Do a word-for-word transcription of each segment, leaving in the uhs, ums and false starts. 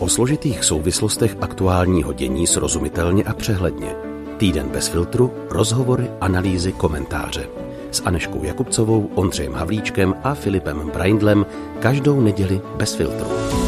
O složitých souvislostech aktuálního dění srozumitelně a přehledně. Týden bez filtru, rozhovory, analýzy, komentáře. S Anežkou Jakubcovou, Ondřejem Havlíčkem a Filipem Braindlem každou neděli bez filtru.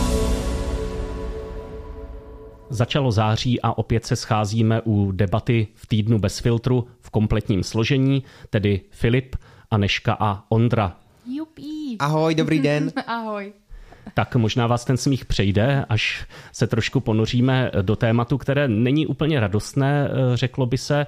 Začalo září a opět se scházíme u debaty v týdnu bez filtru v kompletním složení, tedy Filip, Anežka a Ondra. Jupí. Ahoj, dobrý den. Ahoj. Tak možná vás ten smích přejde, až se trošku ponoříme do tématu, které není úplně radostné, řeklo by se.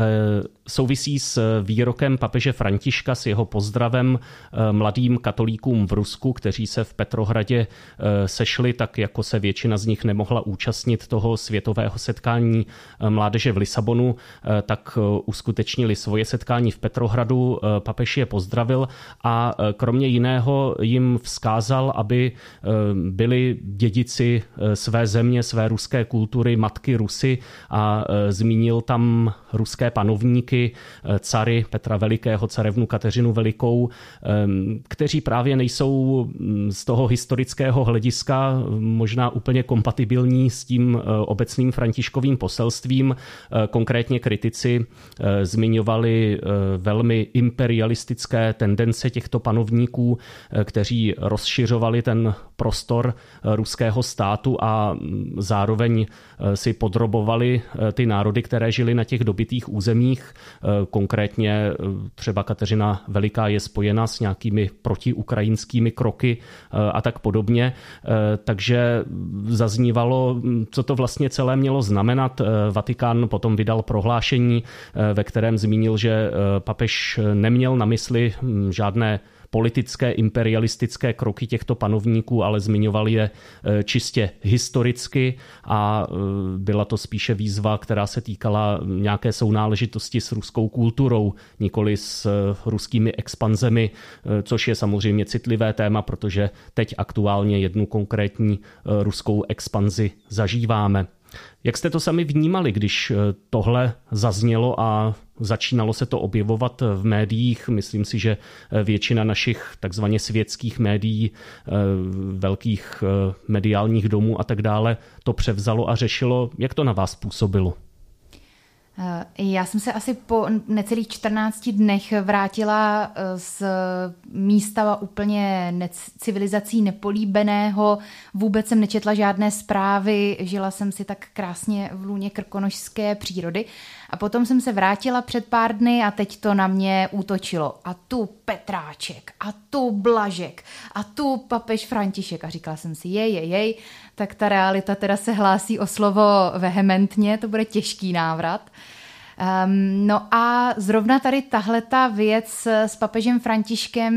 Souvisí s výrokem papeže Františka, s jeho pozdravem mladým katolíkům v Rusku, kteří se v Petrohradě sešli, tak jako se většina z nich nemohla účastnit toho světového setkání mládeže v Lisabonu, tak uskutečnili svoje setkání v Petrohradu. Papež je pozdravil a kromě jiného jim vzkázal, aby byli dědici své země, své ruské kultury, matky Rusy, a zmínil tam ruské panovníky, cary Petra Velikého, carevnu Kateřinu Velikou, kteří právě nejsou z toho historického hlediska možná úplně kompatibilní s tím obecným františkovým poselstvím. Konkrétně kritici zmiňovali velmi imperialistické tendence těchto panovníků, kteří rozšiřovali ten prostor ruského státu a zároveň si podrobovali ty národy, které žili na těch dobytých územích. Konkrétně třeba Kateřina Veliká je spojena s nějakými protiukrajinskými kroky a tak podobně. Takže zaznívalo, co to vlastně celé mělo znamenat. Vatikán potom vydal prohlášení, ve kterém zmínil, že papež neměl na mysli žádné politické, imperialistické kroky těchto panovníků, ale zmiňoval je čistě historicky a byla to spíše výzva, která se týkala nějaké sounáležitosti s ruskou kulturou, nikoli s ruskými expanzemi, což je samozřejmě citlivé téma, protože teď aktuálně jednu konkrétní ruskou expanzi zažíváme. Jak jste to sami vnímali, když tohle zaznělo a začínalo se to objevovat v médiích? Myslím si, že většina našich takzvaně světských médií, velkých mediálních domů a tak dále to převzalo a řešilo. Jak to na vás působilo? Já jsem se asi po necelých čtrnácti dnech vrátila z místa úplně civilizací nepolíbeného. Vůbec jsem nečetla žádné zprávy, žila jsem si tak krásně v lůně krkonošské přírody. A potom jsem se vrátila před pár dny a teď to na mě útočilo. A tu Petráček, a tu Blažek, a tu papež František. A říkala jsem si, jej, jej, jej, tak ta realita teda se hlásí o slovo vehementně, to bude těžký návrat. Um, no a zrovna tady tahleta věc s papežem Františkem,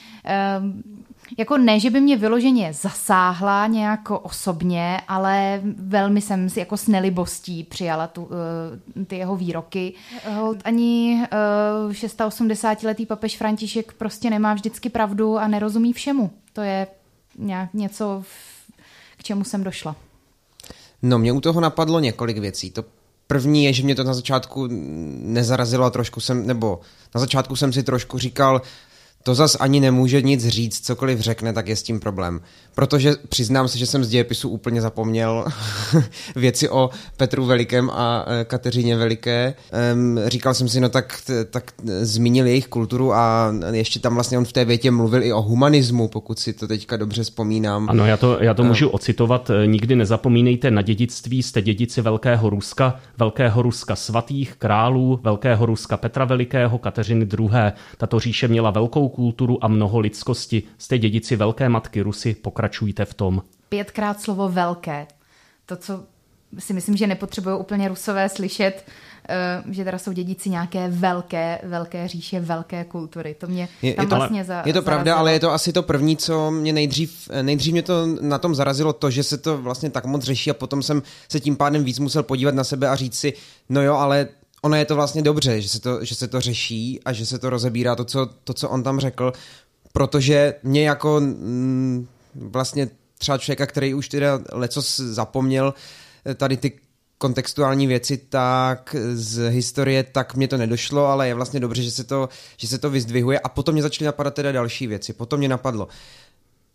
um, jako ne, že by mě vyloženě zasáhla nějak osobně, ale velmi jsem si jako s nelibostí přijala tu, uh, ty jeho výroky. Uh, ani uh, osmdesátiletý papež František prostě nemá vždycky pravdu a nerozumí všemu. To je nějak něco, k čemu jsem došla. No, mě u toho napadlo několik věcí. To první je, že mě to na začátku nezarazilo a trošku jsem, nebo na začátku jsem si trošku říkal, to zas ani nemůže nic říct, cokoliv řekne, tak je s tím problém. Protože přiznám se, že jsem z dějepisu úplně zapomněl věci o Petru Velikém a Kateřině Veliké. Říkal jsem si, no tak, tak zmínil jejich kulturu a ještě tam vlastně on v té větě mluvil i o humanismu, pokud si to teďka dobře vzpomínám. Ano, já to, já to můžu ocitovat. Nikdy nezapomínejte na dědictví, jste dědici Velkého Ruska, Velkého Ruska svatých, králů, Velkého Ruska Petra Velikého, Kateřiny druhé. Tato říše měla velkou kulturu a mnoho lidskosti. Jste dědici Velké matky Rusy, pokračujte v tom. Pětkrát slovo velké. To, co si myslím, že nepotřebují úplně Rusové slyšet, že teda jsou dědici nějaké velké, velké říše, velké kultury. To mě je, tam je to, vlastně za, Je to zarazilo. pravda, ale je to asi to první, co mě nejdřív, nejdřív mě to na tom zarazilo, to, že se to vlastně tak moc řeší a potom jsem se tím pádem víc musel podívat na sebe a říct si, no jo, ale ono je to vlastně dobře, že se to, že se to řeší a že se to rozebírá to, co, to, co on tam řekl, protože mě jako mm, vlastně třeba člověka, který už teda lecos zapomněl tady ty kontextuální věci, tak z historie, tak mě to nedošlo, ale je vlastně dobře, že se to, že se to vyzdvihuje a potom mě začaly napadat teda další věci. Potom mě napadlo,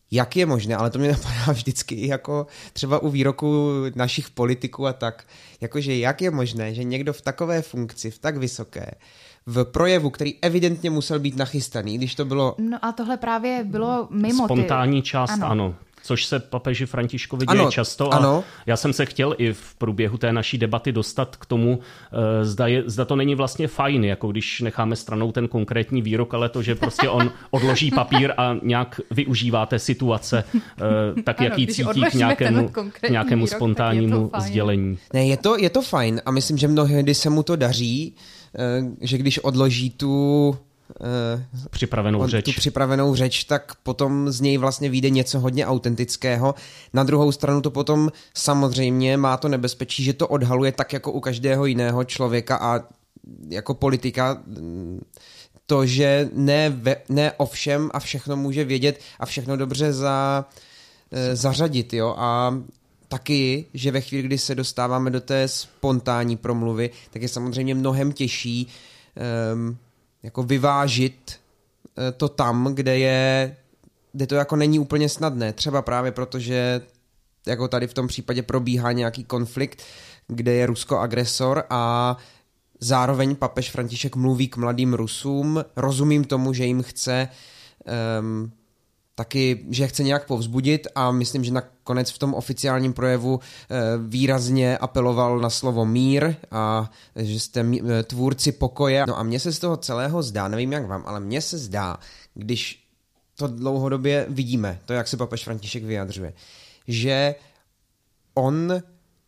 jak je možné, ale to mě napadá vždycky i jako třeba u výroku našich politiků a tak, jakože jak je možné, že někdo v takové funkci, v tak vysoké, v projevu, který evidentně musel být nachystaný, když to bylo... No a tohle právě bylo mimo spontánní ty... část, ano. ano. Což se papeži Františkovi děje ano, často. Ano. A já jsem se chtěl i v průběhu té naší debaty dostat k tomu, zda, je, zda to není vlastně fajn, jako když necháme stranou ten konkrétní výrok, ale to, že prostě on odloží papír a nějak využívá té situace, tak ano, jak ji cítí k nějakému, k nějakému výrok, spontánnímu sdělení. Ne, je to, je to fajn a myslím, že mnohdy se mu to daří, že když odloží tu... Uh, připravenou on, řeč. tu připravenou řeč, tak potom z něj vlastně vyjde něco hodně autentického. Na druhou stranu to potom samozřejmě má to nebezpečí, že to odhaluje tak jako u každého jiného člověka a jako politika to, že ne, ve, ne o všem a všechno může vědět a všechno dobře za, uh, zařadit. Jo? A taky, že ve chvíli, kdy se dostáváme do té spontánní promluvy, tak je samozřejmě mnohem těžší um, jako vyvážit to tam, kde je, kde to jako není úplně snadné. Třeba právě proto, že jako tady v tom případě probíhá nějaký konflikt, kde je Rusko agresor a zároveň papež František mluví k mladým Rusům. Rozumím tomu, že jim chce um, taky, že chce nějak povzbudit a myslím, že nakonec v tom oficiálním projevu výrazně apeloval na slovo mír a že jste tvůrci pokoje. No a mně se z toho celého zdá, nevím jak vám, ale mně se zdá, když to dlouhodobě vidíme, to jak se papež František vyjadřuje, že on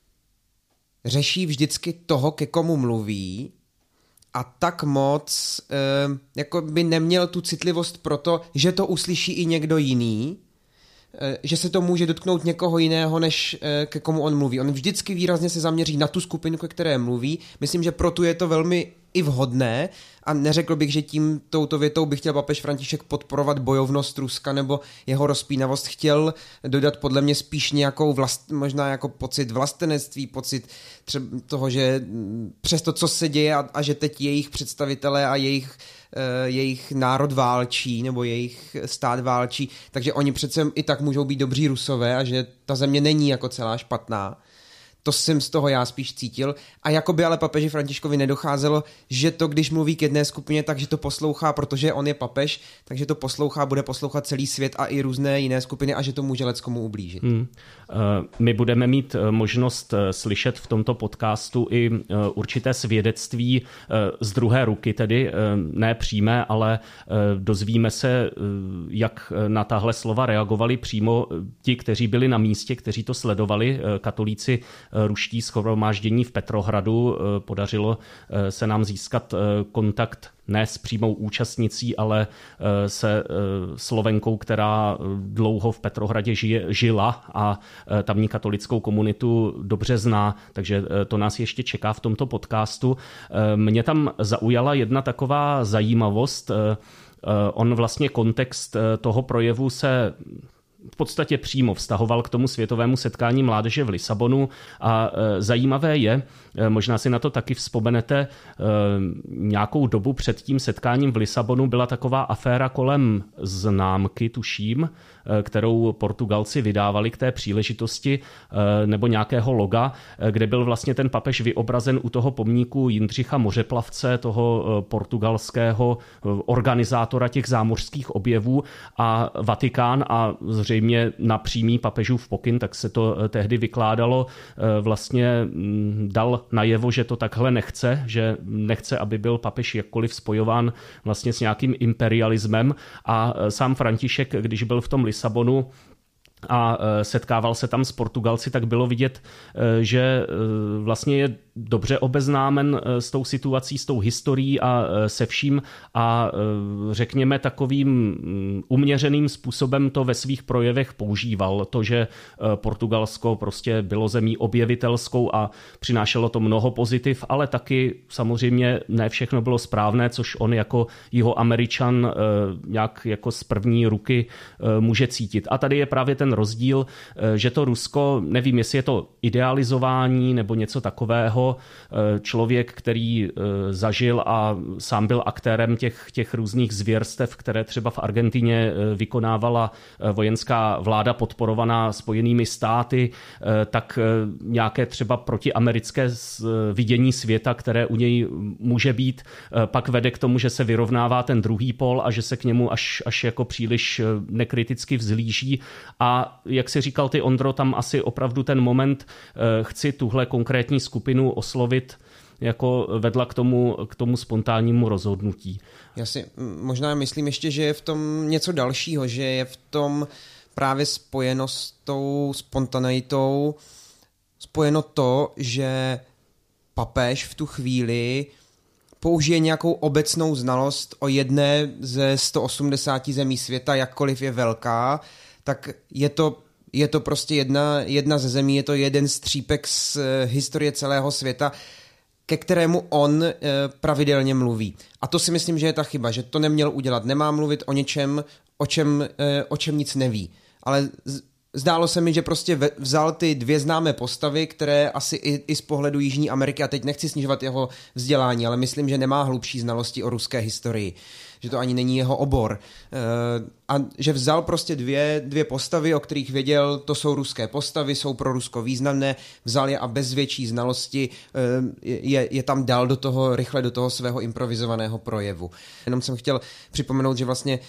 řeší vždycky toho, ke komu mluví, a tak moc e, jako by neměl tu citlivost pro to, že to uslyší i někdo jiný, e, že se to může dotknout někoho jiného, než e, ke komu on mluví. On vždycky výrazně se zaměří na tu skupinu, ke které mluví. Myslím, že proto je to velmi i vhodné a neřekl bych, že tím touto větou by chtěl papež František podporovat bojovnost Ruska nebo jeho rozpínavost. Chtěl dodat podle mě spíš nějakou vlast, možná jako pocit vlastenectví, pocit třeba toho, že přes to, co se děje a, a že teď jejich představitelé a jejich, uh, jejich národ válčí nebo jejich stát válčí, takže oni přece i tak můžou být dobří Rusové a že ta země není jako celá špatná. To jsem z toho já spíš cítil. A jakoby ale papeži Františkovi nedocházelo, že to, když mluví k jedné skupině, takže to poslouchá, protože on je papež, takže to poslouchá, bude poslouchat celý svět a i různé jiné skupiny a že to může leckomu ublížit. Hmm. My budeme mít možnost slyšet v tomto podcastu i určité svědectví z druhé ruky, tedy ne přímé, ale dozvíme se, jak na tahle slova reagovali přímo ti, kteří byli na místě, kteří to sledovali, katolíci ruští shromáždění v Petrohradu. Podařilo se nám získat kontakt ne s přímou účastnicí, ale se Slovenkou, která dlouho v Petrohradě žije, žila a tamní katolickou komunitu dobře zná, takže to nás ještě čeká v tomto podcastu. Mě tam zaujala jedna taková zajímavost. On vlastně kontext toho projevu se v podstatě přímo vztahoval k tomu světovému setkání mládeže v Lisabonu a zajímavé je, možná si na to taky vzpomenete, nějakou dobu před tím setkáním v Lisabonu byla taková aféra kolem známky, tuším, kterou Portugalci vydávali k té příležitosti, nebo nějakého loga, kde byl vlastně ten papež vyobrazen u toho pomníku Jindřicha Mořeplavce, toho portugalského organizátora těch zámořských objevů, a Vatikán a zřejmě na přímý papežův pokyn, tak se to tehdy vykládalo, vlastně dal najevo, že to takhle nechce, že nechce, aby byl papež jakkoliv spojován vlastně s nějakým imperialismem, a sám František, když byl v tom Lisabonu a setkával se tam s Portugalci, tak bylo vidět, že vlastně je dobře obeznámen s tou situací, s tou historií a se vším a řekněme takovým uměřeným způsobem to ve svých projevech používal. To, že Portugalsko prostě bylo zemí objevitelskou a přinášelo to mnoho pozitiv, ale taky samozřejmě ne všechno bylo správné, což on jako Jihoameričan nějak jako z první ruky může cítit. A tady je právě ten rozdíl, že to Rusko, nevím, jestli je to idealizování nebo něco takového, jako člověk, který zažil a sám byl aktérem těch, těch různých zvěrstev, které třeba v Argentině vykonávala vojenská vláda podporovaná Spojenými státy, tak nějaké třeba protiamerické vidění světa, které u něj může být, pak vede k tomu, že se vyrovnává ten druhý pol a že se k němu až, až jako příliš nekriticky vzhlíží. A jak si říkal ty, Ondro, tam asi opravdu ten moment chci tuhle konkrétní skupinu oslovit, jako vedla k tomu, k tomu spontánnímu rozhodnutí. Já si možná myslím ještě, že je v tom něco dalšího, že je v tom právě spojeno s tou spontaneitou spojeno to, že papež v tu chvíli použije nějakou obecnou znalost o jedné ze sto osmdesáti zemí světa, jakkoliv je velká, tak je to, je to prostě jedna, jedna ze zemí, je to jeden střípek z historie celého světa, ke kterému on e, pravidelně mluví. A to si myslím, že je ta chyba, že to neměl udělat. Nemá mluvit o něčem, o čem, e, o čem nic neví. Ale z, zdálo se mi, že prostě vzal ty dvě známé postavy, které asi i, i z pohledu Jižní Ameriky, a teď nechci snižovat jeho vzdělání, ale myslím, že nemá hlubší znalosti o ruské historii. Že to ani není jeho obor. A že vzal prostě dvě, dvě postavy, o kterých věděl, to jsou ruské postavy, jsou pro Rusko významné, vzal je a bez větší znalosti je, je tam dal do toho, rychle do toho svého improvizovaného projevu. Jenom jsem chtěl připomenout, že vlastně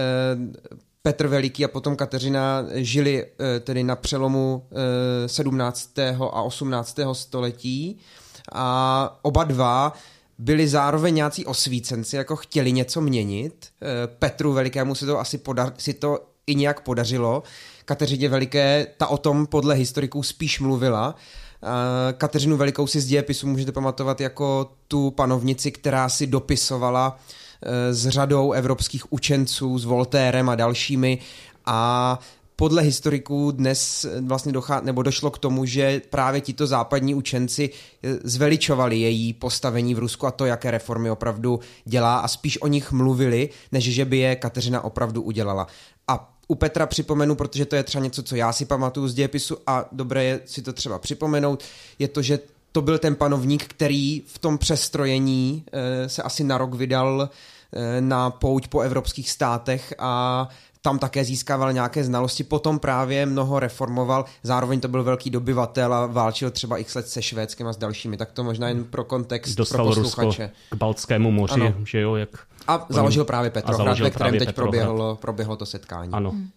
Petr Veliký a potom Kateřina žili tedy na přelomu sedmnáctého a osmnáctého století a oba dva byli zároveň nějací osvícenci, jako chtěli něco měnit. Petru Velikému si to asi podar, si to i nějak podařilo. Kateřině Veliké, ta o tom podle historiků spíš mluvila. Kateřinu Velikou si z dějepisu můžete pamatovat jako tu panovnici, která si dopisovala s řadou evropských učenců, s Voltairem a dalšími, a podle historiků dnes vlastně dochá, nebo došlo k tomu, že právě tito západní učenci zveličovali její postavení v Rusku a to, jaké reformy opravdu dělá, a spíš o nich mluvili, než že by je Kateřina opravdu udělala. A u Petra připomenu, protože to je třeba něco, co já si pamatuju z dějepisu a dobré je si to třeba připomenout, je to, že to byl ten panovník, který v tom přestrojení e, se asi na rok vydal e, na pouť po evropských státech a tam také získával nějaké znalosti, potom právě mnoho reformoval, zároveň to byl velký dobyvatel a válčil třeba x let se Švédskem a s dalšími, tak to možná jen pro kontext, dostal pro posluchače. Rusko k Baltskému moři, ano. Že jo, jak... A založil právě Petrohrad, ve kterém teď proběhlo, proběhlo to setkání. Ano. Hmm.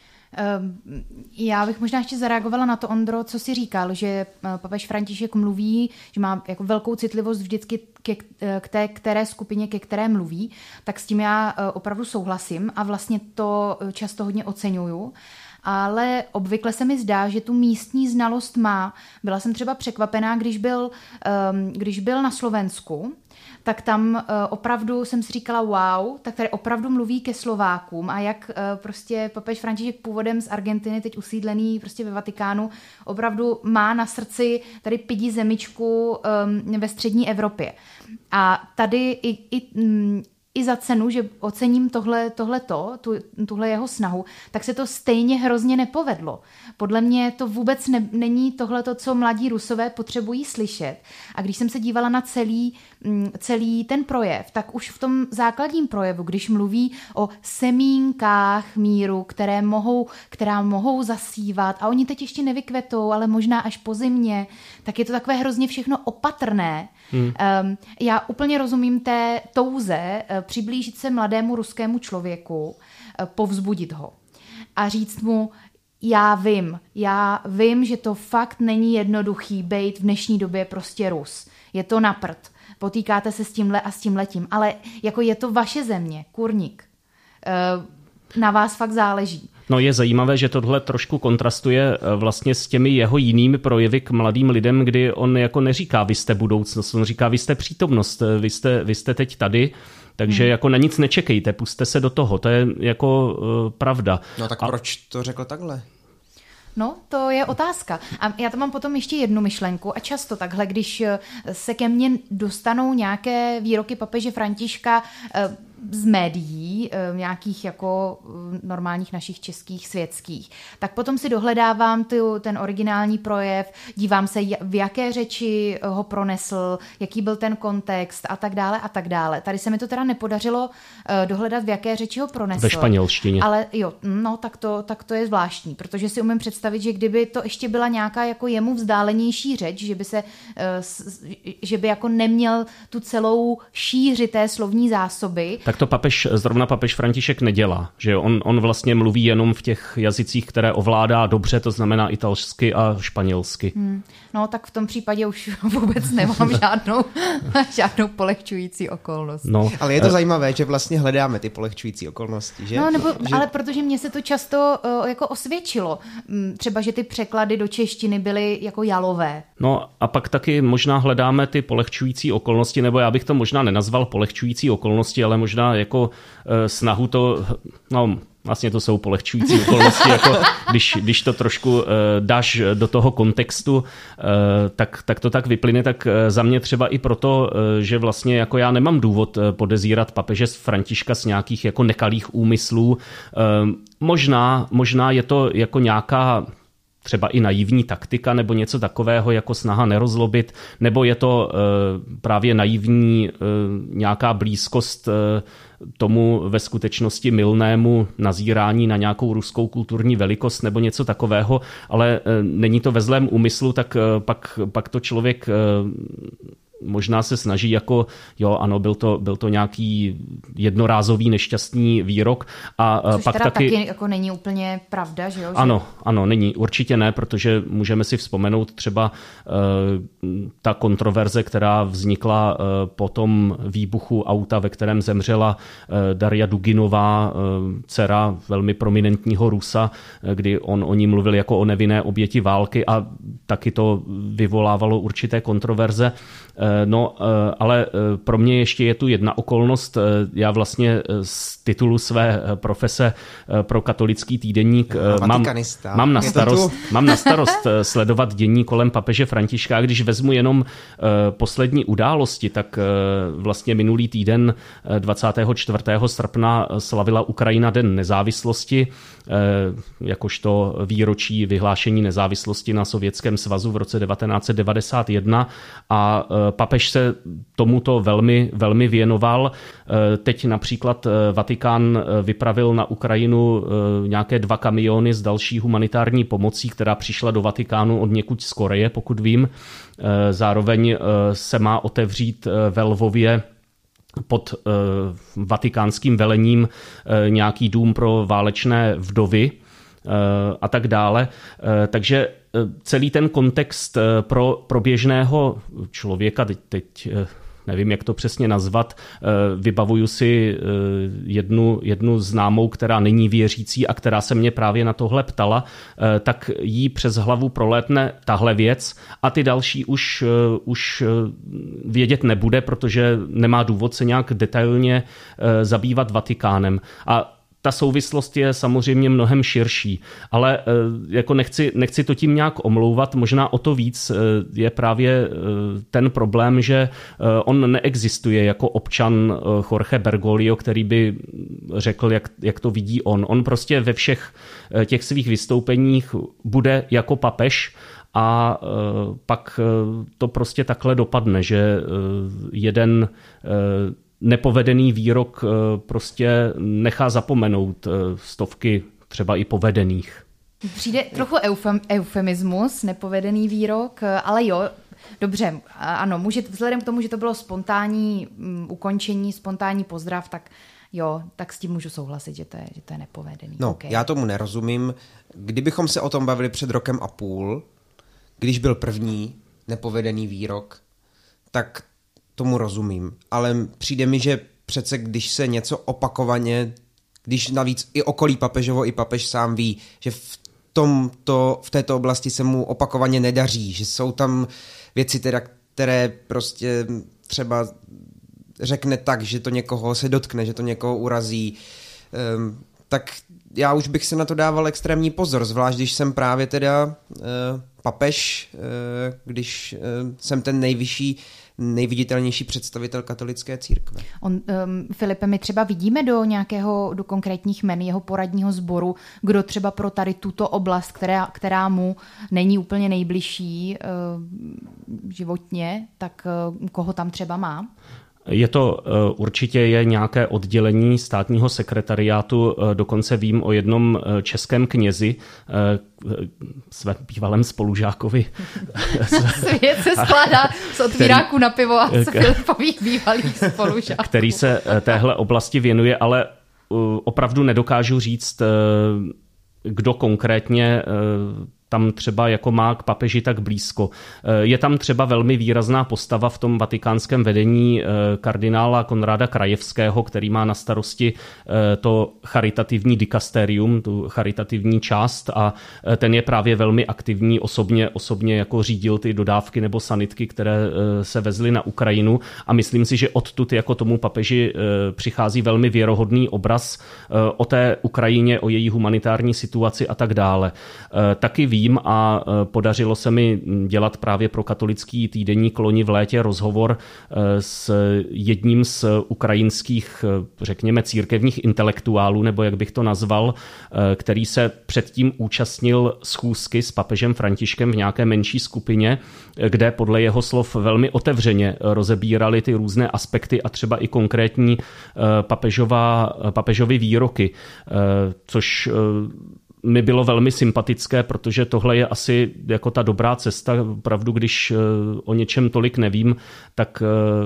Já bych možná ještě zareagovala na to, Ondro, co jsi říkal, že papež František mluví, že má jako velkou citlivost vždycky ke, k té které skupině, ke které mluví, tak s tím já opravdu souhlasím a vlastně to často hodně oceňuju. Ale obvykle se mi zdá, že tu místní znalost má. Byla jsem třeba překvapená, když byl, když byl na Slovensku, tak tam opravdu jsem si říkala wow, tak tady opravdu mluví ke Slovákům a jak prostě papež František původem z Argentiny, teď usídlený prostě ve Vatikánu, opravdu má na srdci tady pidi zemičku ve střední Evropě. A tady i, i i za cenu, že ocením tohle, tohleto, tu, tuhle jeho snahu, tak se to stejně hrozně nepovedlo. Podle mě to vůbec ne, není tohleto, co mladí Rusové potřebují slyšet. A když jsem se dívala na celý, celý ten projev, tak už v tom základním projevu, když mluví o semínkách míru, které mohou, která mohou zasívat, a oni teď ještě nevykvetou, ale možná až po zimě, tak je to takové hrozně všechno opatrné. Hmm. Um, já úplně rozumím té touze uh, přiblížit se mladému ruskému člověku, uh, povzbudit ho a říct mu, já vím, já vím, že to fakt není jednoduchý bejt v dnešní době prostě Rus. Je to na prd. Potýkáte se s tímhle a s tímhletím, ale jako je to vaše země, kurník. Uh, na vás fakt záleží. No je zajímavé, že tohle trošku kontrastuje vlastně s těmi jeho jinými projevy k mladým lidem, kdy on jako neříká, vy jste budoucnost, on říká, vy jste přítomnost, vy jste, vy jste teď tady, takže hmm. jako na nic nečekejte, pusťte se do toho, to je jako uh, pravda. No tak a... proč to řekl takhle? No, to je otázka. A já tam mám potom ještě jednu myšlenku a často takhle, když se ke mně dostanou nějaké výroky papeže Františka, z médií, nějakých jako normálních našich českých světských, tak potom si dohledávám tu, ten originální projev, dívám se, v jaké řeči ho pronesl, jaký byl ten kontext a tak dále a tak dále. Tady se mi to teda nepodařilo dohledat, v jaké řeči ho pronesl. Ve španělštině. Ale jo, no tak to, tak to je zvláštní, protože si umím představit, že kdyby to ještě byla nějaká jako jemu vzdálenější řeč, že by se, že by jako neměl tu celou šíři té slovní zásoby. Tak to papež, zrovna papež František nedělá, že on, on vlastně mluví jenom v těch jazycích, které ovládá dobře, to znamená italsky a španělsky. Hmm. No tak v tom případě už vůbec nemám žádnou, žádnou polehčující okolnost. No. Ale je to zajímavé, že vlastně hledáme ty polehčující okolnosti, že? No nebo, že... ale protože mně se to často uh, jako osvědčilo. Třeba, že ty překlady do češtiny byly jako jalové. No a pak taky možná hledáme ty polehčující okolnosti, nebo já bych to možná nenazval polehčující okolnosti, ale možná jako uh, snahu to, no vlastně to jsou polehčující okolnosti, jako když, když to trošku uh, dáš do toho kontextu, uh, tak, tak to tak vyplyne, tak uh, za mě třeba i proto, uh, že vlastně jako já nemám důvod uh, podezírat papeže Františka z nějakých jako nekalých úmyslů. Uh, možná, možná je to jako nějaká třeba i naivní taktika nebo něco takového jako snaha nerozlobit, nebo je to uh, právě naivní uh, nějaká blízkost uh, tomu ve skutečnosti mylnému nazírání na nějakou ruskou kulturní velikost nebo něco takového, ale uh, není to ve zlém úmyslu, tak uh, pak, pak to člověk uh, možná se snaží jako, jo, ano, byl to, byl to nějaký jednorázový nešťastný výrok. A což pak teda taky, taky jako není úplně pravda, že jo? Že... Ano, ano, není, určitě ne, protože můžeme si vzpomenout třeba uh, ta kontroverze, která vznikla uh, po tom výbuchu auta, ve kterém zemřela uh, Darja Duginová, uh, dcera velmi prominentního Rusa, uh, kdy on o ní mluvil jako o nevinné oběti války a taky to vyvolávalo určité kontroverze. No, ale pro mě ještě je tu jedna okolnost. Já vlastně z titulu své profese pro katolický týdeník mám, mám, na starost, mám na starost sledovat dění kolem papeže Františka. Když vezmu jenom poslední události, tak vlastně minulý týden dvacátého čtvrtého srpna slavila Ukrajina Den nezávislosti, jakožto výročí vyhlášení nezávislosti na Sovětském svazu v roce devatenáct set devadesát jedna a papež se tomuto velmi, velmi věnoval. Teď například Vatikán vypravil na Ukrajinu nějaké dva kamiony s další humanitární pomocí, která přišla do Vatikánu od někud z Koreje, pokud vím. Zároveň se má otevřít ve Lvově pod vatikánským velením nějaký dům pro válečné vdovy a tak dále. Takže celý ten kontext pro, pro běžného člověka, teď, teď nevím, jak to přesně nazvat, vybavuju si jednu, jednu známou, která není věřící a která se mě právě na tohle ptala, tak jí přes hlavu prolétne tahle věc a ty další už, už vědět nebude, protože nemá důvod se nějak detailně zabývat Vatikánem. A ta souvislost je samozřejmě mnohem širší, ale jako nechci, nechci to tím nějak omlouvat, možná o to víc je právě ten problém, že on neexistuje jako občan Jorge Bergoglio, který by řekl, jak, jak to vidí on. On prostě ve všech těch svých vystoupeních bude jako papež a pak to prostě takhle dopadne, že jeden nepovedený výrok prostě nechá zapomenout stovky třeba i povedených. Přijde trochu eufem, eufemismus, nepovedený výrok, ale jo, dobře, ano, může, vzhledem k tomu, že to bylo spontánní um, ukončení, spontánní pozdrav, tak jo, tak s tím můžu souhlasit, že to je, že to je nepovedený. No, okay. Já tomu nerozumím. Kdybychom se o tom bavili před rokem a půl, když byl první nepovedený výrok, tak tomu rozumím, ale přijde mi, že přece když se něco opakovaně, když navíc i okolí papežovo, i papež sám ví, že v, tomto, v této oblasti se mu opakovaně nedaří, že jsou tam věci, teda, které prostě třeba řekne tak, že to někoho se dotkne, že to někoho urazí, um, tak já už bych se na to dával extrémní pozor, zvlášť když jsem právě teda uh, papež, uh, když uh, jsem ten nejvyšší nejviditelnější představitel katolické církve. On, um, Filipe, my třeba vidíme do nějakého, do konkrétních men jeho poradního sboru, kdo třeba pro tady tuto oblast, která, která mu není úplně nejbližší uh, životně, tak uh, koho tam třeba má? Je to určitě je nějaké oddělení státního sekretariátu, dokonce vím o jednom českém knězi, svém bývalém spolužákovi. Svět se skládá z otvíráku na pivo a z Filipových bývalých spolužáků. Který se téhle oblasti věnuje, ale opravdu nedokážu říct, kdo konkrétně tam třeba jako má k papeži tak blízko. Je tam třeba velmi výrazná postava v tom vatikánském vedení kardinála Konráda Krajevského, který má na starosti to charitativní dikasterium, tu charitativní část, a ten je právě velmi aktivní, osobně, osobně jako řídil ty dodávky nebo sanitky, které se vezly na Ukrajinu, a myslím si, že odtud jako tomu papeži přichází velmi věrohodný obraz o té Ukrajině, o její humanitární situaci a tak dále. Taky ví, a podařilo se mi dělat právě pro katolický týdeník loni v létě rozhovor s jedním z ukrajinských, řekněme, církevních intelektuálů, nebo jak bych to nazval, který se předtím účastnil schůzky s papežem Františkem v nějaké menší skupině, kde podle jeho slov velmi otevřeně rozebírali ty různé aspekty a třeba i konkrétní papežová, papežovy výroky, což mi bylo velmi sympatické, protože tohle je asi jako ta dobrá cesta. Opravdu, když o něčem tolik nevím, tak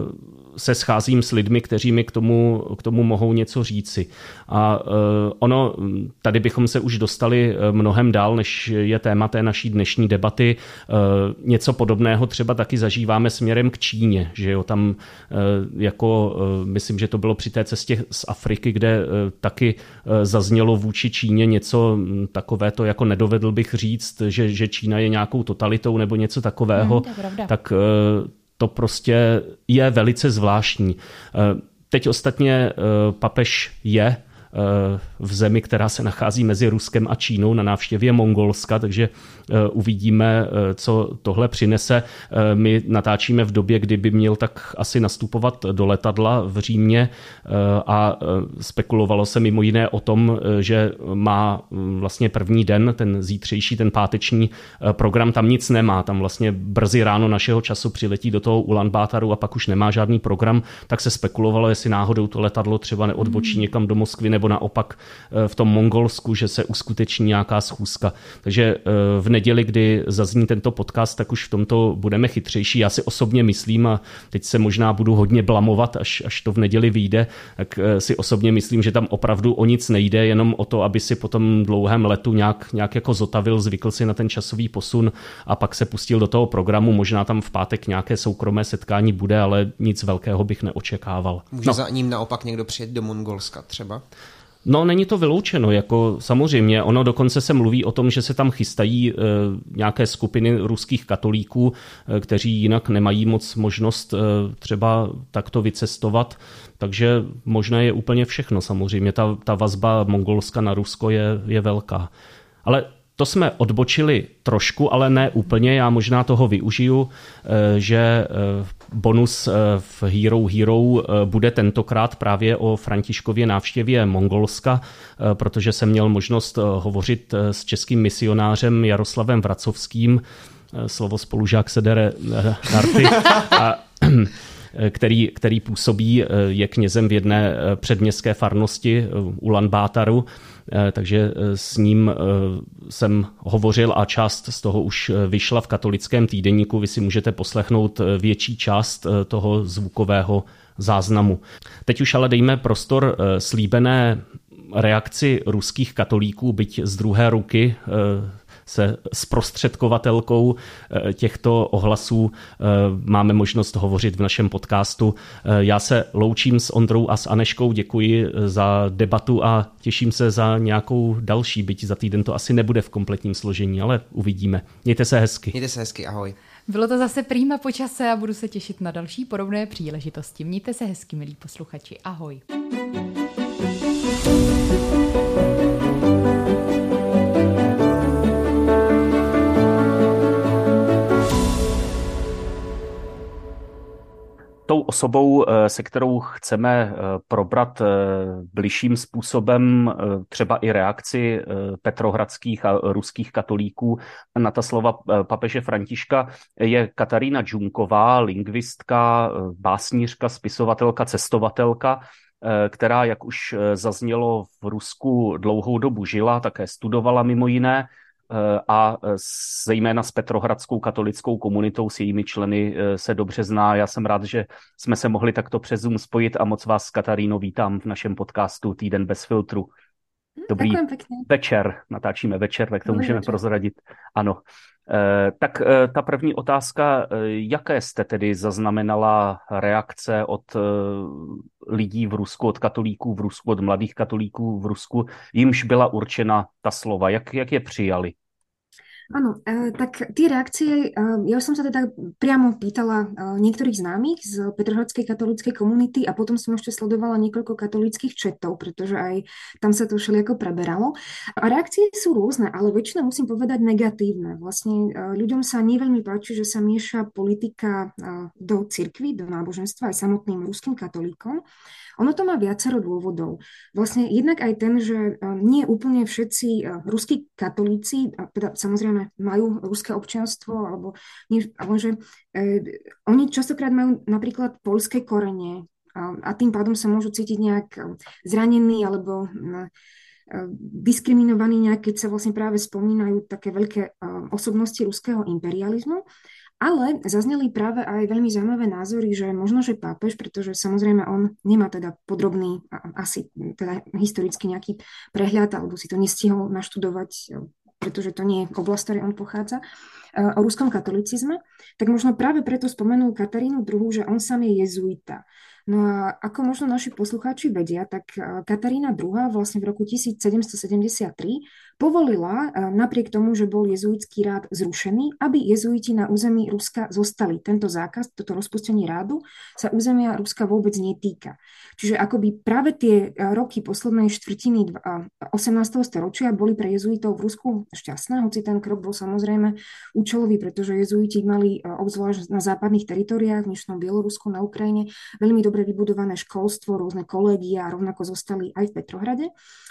se scházím s lidmi, kteří mi k tomu, k tomu mohou něco říci. A ono, tady bychom se už dostali mnohem dál, než je téma té naší dnešní debaty. Něco podobného třeba taky zažíváme směrem k Číně, že jo, tam jako, myslím, že to bylo při té cestě z Afriky, kde taky zaznělo vůči Číně něco takovéto, jako nedovedl bych říct, že, že Čína je nějakou totalitou nebo něco takového, hmm, tak to prostě je velice zvláštní. Teď ostatně papež je v zemi, která se nachází mezi Ruskem a Čínou na návštěvě Mongolska, takže uvidíme, co tohle přinese. My natáčíme v době, kdy by měl tak asi nastupovat do letadla v Římě a spekulovalo se mimo jiné o tom, že má vlastně první den, ten zítřejší, ten páteční program, tam nic nemá. Tam vlastně brzy ráno našeho času přiletí do toho Ulan-Bátaru a pak už nemá žádný program, tak se spekulovalo, jestli náhodou to letadlo třeba neodbočí někam do Moskvy nebo naopak v tom Mongolsku, že se uskuteční nějaká schůzka. Takže v neděli, kdy zazní tento podcast, tak už v tomto budeme chytřejší. Já si osobně myslím, a teď se možná budu hodně blamovat, až, až to v neděli vyjde, tak si osobně myslím, že tam opravdu o nic nejde, jenom o to, aby si po tom dlouhém letu nějak, nějak jako zotavil, zvykl si na ten časový posun a pak se pustil do toho programu. Možná tam v pátek nějaké soukromé setkání bude, ale nic velkého bych neočekával. Může no. za ním naopak někdo přijet do Mongolska třeba? No, není to vyloučeno, jako samozřejmě. Ono dokonce se mluví o tom, že se tam chystají e, nějaké skupiny ruských katolíků, e, kteří jinak nemají moc možnost e, třeba takto vycestovat, takže možné je úplně všechno samozřejmě. Ta, ta vazba Mongolska na Rusko je, je velká. Ale to jsme odbočili trošku, ale ne úplně. Já možná toho využiju, že bonus v Hero Hero bude tentokrát právě o Františkově návštěvě Mongolska, protože jsem měl možnost hovořit s českým misionářem Jaroslavem Vracovským, slovo spolužák Sedere Narty, a Který, který působí, je knězem v jedné předměstské farnosti Ulan-Bátaru, takže s ním jsem hovořil a část z toho už vyšla v katolickém týdeníku. Vy si můžete poslechnout větší část toho zvukového záznamu. Teď už ale dejme prostor slíbené reakci ruských katolíků, byť z druhé ruky, se zprostředkovatelkou těchto ohlasů máme možnost hovořit v našem podcastu. Já se loučím s Ondrou a s Aneškou, děkuji za debatu a těším se za nějakou další, byť za týden to asi nebude v kompletním složení, ale uvidíme. Mějte se hezky. Mějte se hezky, ahoj. Bylo to zase prýma počase a budu se těšit na další podobné příležitosti. Mějte se hezky, milí posluchači, ahoj. osobou, se kterou chceme probrat bližším způsobem třeba i reakci petrohradských a ruských katolíků na ta slova papeže Františka, je Katarína Džunková, lingvistka, básnířka, spisovatelka, cestovatelka, která, jak už zaznělo, v Rusku dlouhou dobu žila, také studovala mimo jiné, a zejména s petrohradskou katolickou komunitou, s jejími členy se dobře zná. Já jsem rád, že jsme se mohli takto přes Zoom spojit a moc vás, Kataríno, vítám v našem podcastu Týden bez filtru. Dobrý večer, natáčíme večer, tak to Dobrý můžeme večer. prozradit. Ano. Tak ta první otázka, jaké jste tedy zaznamenala reakce od lidí v Rusku, od katolíků v Rusku, od mladých katolíků v Rusku, jimž byla určena ta slova, jak, jak je přijali? Áno, tak tie reakcie, ja som sa teda priamo pýtala niektorých známych z petrohradskej katolíckej komunity a potom som ešte sledovala niekoľko katolíckych chatov, pretože aj tam sa to všelijako preberalo. A reakcie sú rôzne, ale väčšina musím povedať negatívne. Vlastne ľuďom sa neveľmi páči, že sa mieša politika do cirkvi, do náboženstva aj samotným ruským katolíkom. Ono to má viacero dôvodov. Vlastne jednak aj ten, že nie úplne všetci ruskí katolíci, teda samozrejme majú ruské občianstvo, alebo nie, ale že eh, oni častokrát majú napríklad poľské korene a, a tým pádom sa môžu cítiť nejak zranení alebo eh, diskriminovaní nejak, keď sa vlastne práve spomínajú také veľké eh, osobnosti ruského imperializmu. Ale zazneli práve aj veľmi zaujímavé názory, že možno, že pápež, pretože samozrejme on nemá teda podrobný, asi teda historicky nejaký prehľad, alebo si to nestihol naštudovať, pretože to nie je oblasť, ktorej on pochádza, o ruskom katolicizme, tak možno práve preto spomenul Katarínu druhú, že on sám je jezuita. No a ako možno naši poslucháči vedia, tak Katarína druhá vlastne v roku tisícsedemstosedemdesiattri povolila, napriek tomu, že bol jezuitský rád zrušený, aby jezuiti na území Ruska zostali. Tento zákaz, toto rozpustenie rádu sa územia Ruska vôbec netýka. Čiže akoby práve tie roky poslednej štvrtiny osemnásteho storočia boli pre jezuitov v Rusku šťastné, hoci ten krok bol samozrejme účelový, pretože jezuiti mali obzvlášť na západných teritoriách, v dnešnom Bielorusku, na Ukrajine, veľmi dobre vybudované školstvo, rôzne kolégia a rovnako zostali aj v Petrohrade.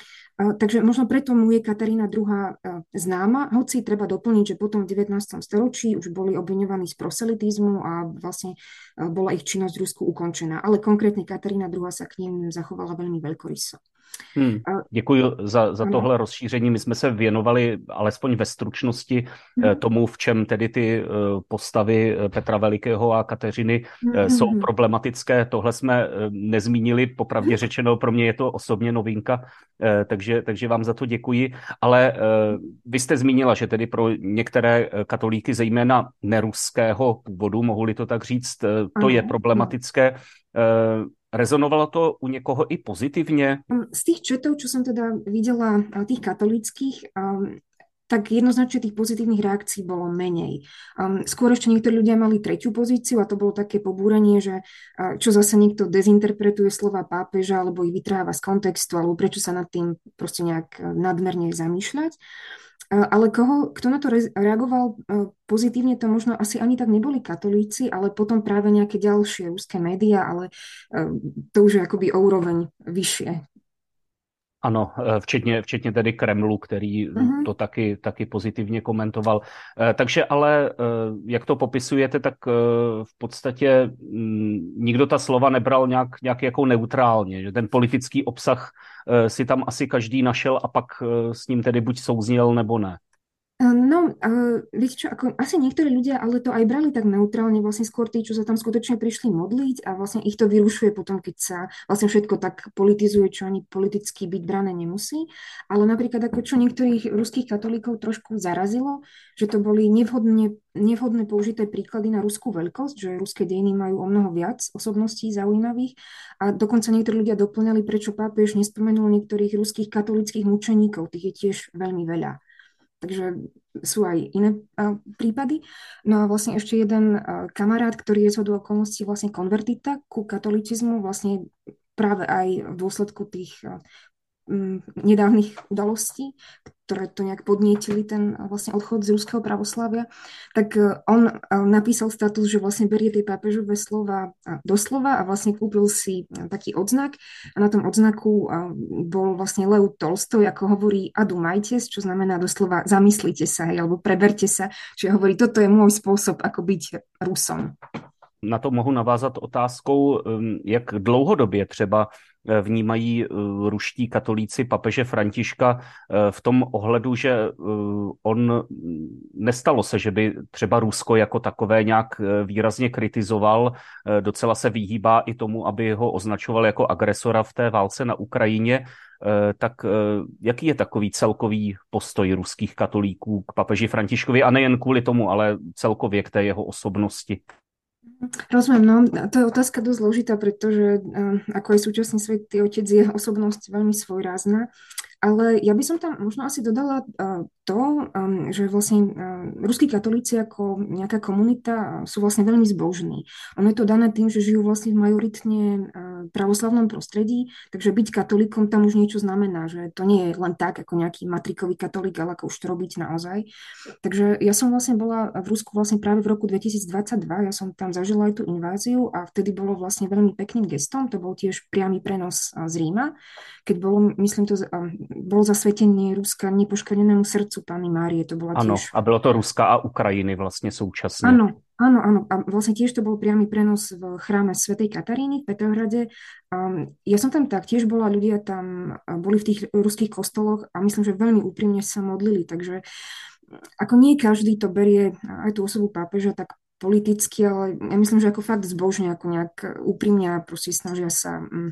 Takže možno preto mu je Katarína druhá známa, hoci treba doplniť, že potom v devätnástom storočí už boli obviňovaní z proselitizmu a vlastne bola ich činnosť v Rusku ukončená. Ale konkrétne Katarína druhá sa k ním zachovala veľmi veľkoryso. Hmm, děkuji za, za tohle rozšíření. My jsme se věnovali alespoň ve stručnosti hmm. tomu, v čem tedy ty postavy Petra Velikého a Kateřiny hmm. jsou problematické. Tohle jsme nezmínili, popravdě řečeno, pro mě je to osobně novinka, takže, takže vám za to děkuji. Ale vy jste zmínila, že tedy pro některé katolíky, zejména neruského původu, mohu-li to tak říct, to je problematické. Rezonovalo to u někoho i pozitivně? Z tých četov, čo som teda videla, tých katolíckých, tak jednoznačne tých pozitívnych reakcií bolo menej. Skôr ešte niektorí ľudia mali tretiu pozíciu a to bolo také pobúrenie, že čo zase niekto dezinterpretuje slova pápeža alebo ich vytrháva z kontextu, alebo prečo sa nad tým proste nejak nadmerne zamýšľať. Ale koho, kto na to reagoval pozitívne, to možno asi ani tak neboli katolíci, ale potom práve nejaké ďalšie ruské médiá, ale to už je akoby o úroveň vyššie. Ano, včetně, včetně tedy Kremlu, který uh-huh. to taky, taky pozitivně komentoval. Takže ale, jak to popisujete, tak v podstatě nikdo ta slova nebral nějak, nějak jako neutrálně, že ten politický obsah si tam asi každý našel a pak s ním tedy buď souzněl, nebo ne. No, uh, viete čo, ako, asi niektorí ľudia ale to aj brali tak neutrálne, vlastne skôr tí, čo sa tam skutočne prišli modliť a vlastne ich to vyrušuje potom, keď sa vlastne všetko tak politizuje, čo ani politicky byť brané nemusí. Ale napríklad ako čo niektorých ruských katolíkov trošku zarazilo, že to boli nevhodne, nevhodné použité príklady na ruskú veľkosť, že ruské dejiny majú o mnoho viac osobností zaujímavých a dokonca niektorí ľudia doplňali, prečo pápež nespomenul niektorých ruských katolíckych mučeníkov, tých je tiež veľmi veľa. Takže sú aj iné uh, prípady. No a vlastne ešte jeden uh, kamarát, ktorý je zhodou okolností vlastne konvertita ku katolicizmu, vlastne práve aj v dôsledku tých uh, nedávnych udalostí, ktoré to nejak podnietili, ten vlastne odchod z ruského pravoslávia, tak on napísal status, že vlastne berie tie pápežové slova doslova a vlastne kúpil si taký odznak a na tom odznaku bol vlastne Lev Tolstoj, ako hovorí adu majtes, čo znamená doslova zamyslite sa, alebo preberte sa, čiže hovorí, toto je môj spôsob, ako byť Rusom. Na to mohu navázat otázkou, jak dlouhodobě třeba vnímají ruští katolíci papeže Františka v tom ohledu, že on nestalo se, že by třeba Rusko jako takové nějak výrazně kritizoval, docela se vyhýbá i tomu, aby ho označoval jako agresora v té válce na Ukrajině, tak jaký je takový celkový postoj ruských katolíků k papeži Františkovi a nejen kvůli tomu, ale celkově k té jeho osobnosti? Rozumiem, no to je otázka dosť zložitá, pretože ako aj súčasný svätý otec je osobnosť veľmi svojrázna, ale ja by som tam možno asi dodala to, že vlastne ruskí katolíci ako nejaká komunita sú vlastne veľmi zbožní. Ono je to dané tým, že žijú vlastne v majoritne pravoslavnom prostredí, takže byť katolíkom tam už niečo znamená, že to nie je len tak ako nejaký matrikový katolík, ale ako už to robiť naozaj. Takže ja som vlastne bola v Rusku vlastne práve v roku dvetisícdvadsaťdva, ja som tam zažila aj tú inváziu a vtedy bolo vlastne veľmi pekným gestom, to bol tiež priamy prenos z Ríma, keď bolo, myslím to, bolo zasvetenie Ruska nepoškodenému srdcu Panny Márie, to bola ano, tiež... a bylo to Ruska a Ukrajiny vlastně současně. Áno, áno, áno. A vlastne tiež to bol priamy prenos v chráme svätej Kataríny v Petrohrade. Um, ja som tam taktiež bola, ľudia tam boli v tých ruských kostoloch a myslím, že veľmi úprimne sa modlili, takže ako nie každý to berie aj tú osobu pápeža tak politicky, ale ja myslím, že ako fakt zbožne, ako nejak úprimne a proste snažia sa um,